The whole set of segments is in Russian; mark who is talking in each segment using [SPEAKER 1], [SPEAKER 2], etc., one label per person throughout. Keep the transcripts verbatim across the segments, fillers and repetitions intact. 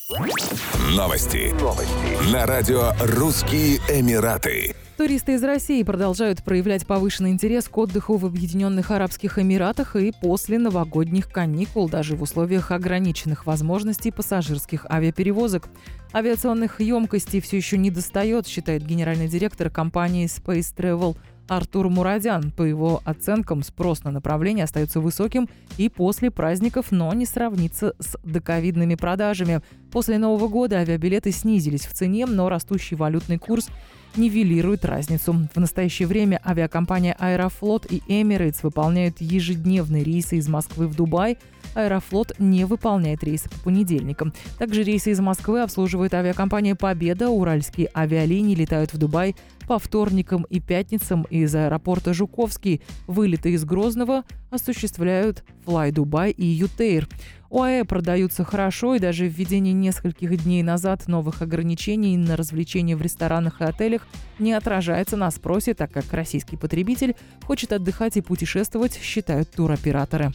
[SPEAKER 1] Новости. Новости. На радио «Русские Эмираты».
[SPEAKER 2] Туристы из России продолжают проявлять повышенный интерес к отдыху в Объединенных Арабских Эмиратах и после новогодних каникул, даже в условиях ограниченных возможностей пассажирских авиаперевозок. Авиационных емкостей все еще не достает, считает генеральный директор компании Space Travel Артур Мурадян. По его оценкам, спрос на направление остается высоким и после праздников, но не сравнится с доковидными продажами. После Нового года авиабилеты снизились в цене, но растущий валютный курс нивелирует разницу. В настоящее время авиакомпания «Аэрофлот» и «Эмирейтс» выполняют ежедневные рейсы из Москвы в Дубай. «Аэрофлот» не выполняет рейсы по понедельникам. Также рейсы из Москвы обслуживает авиакомпания «Победа». Уральские авиалинии летают в Дубай по вторникам и пятницам из аэропорта Жуковский. Вылеты из Грозного осуществляют Fly Dubai и ЮТейр. ОАЭ продаются хорошо, и даже введение нескольких дней назад новых ограничений на развлечения в ресторанах и отелях не отражается на спросе, так как российский потребитель хочет отдыхать и путешествовать, считают туроператоры.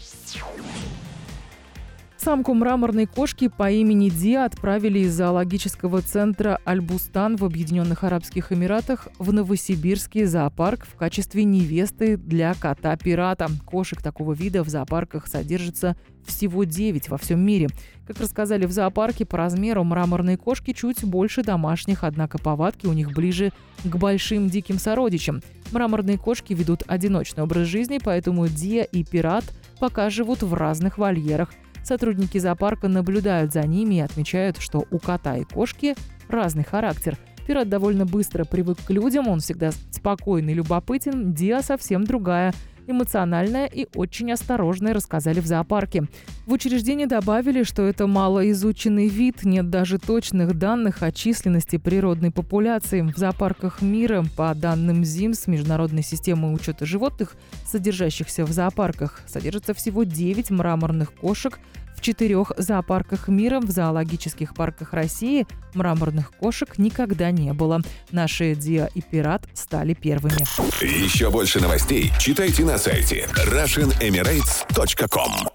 [SPEAKER 2] Самку мраморной кошки по имени Диа отправили из зоологического центра Аль-Бустан в Объединенных Арабских Эмиратах в Новосибирский зоопарк в качестве невесты для кота-пирата. Кошек такого вида в зоопарках содержится всего девять во всем мире. Как рассказали в зоопарке, по размеру мраморные кошки чуть больше домашних, однако повадки у них ближе к большим диким сородичам. Мраморные кошки ведут одиночный образ жизни, поэтому Диа и пират пока живут в разных вольерах. Сотрудники зоопарка наблюдают за ними и отмечают, что у кота и кошки разный характер. Пират довольно быстро привык к людям, он всегда спокойный и любопытен. Диа совсем другая, эмоциональная и очень осторожная, рассказали в зоопарке. В учреждении добавили, что это малоизученный вид, нет даже точных данных о численности природной популяции. В зоопарках мира, по данным ЗИМС, Международной системы учета животных, содержащихся в зоопарках, содержится всего девять мраморных кошек. В четырех зоопарках мира, в зоологических парках России мраморных кошек никогда не было. Наши Диа и пират стали первыми.
[SPEAKER 1] Еще больше новостей читайте на сайте Russian Emirates точка ком.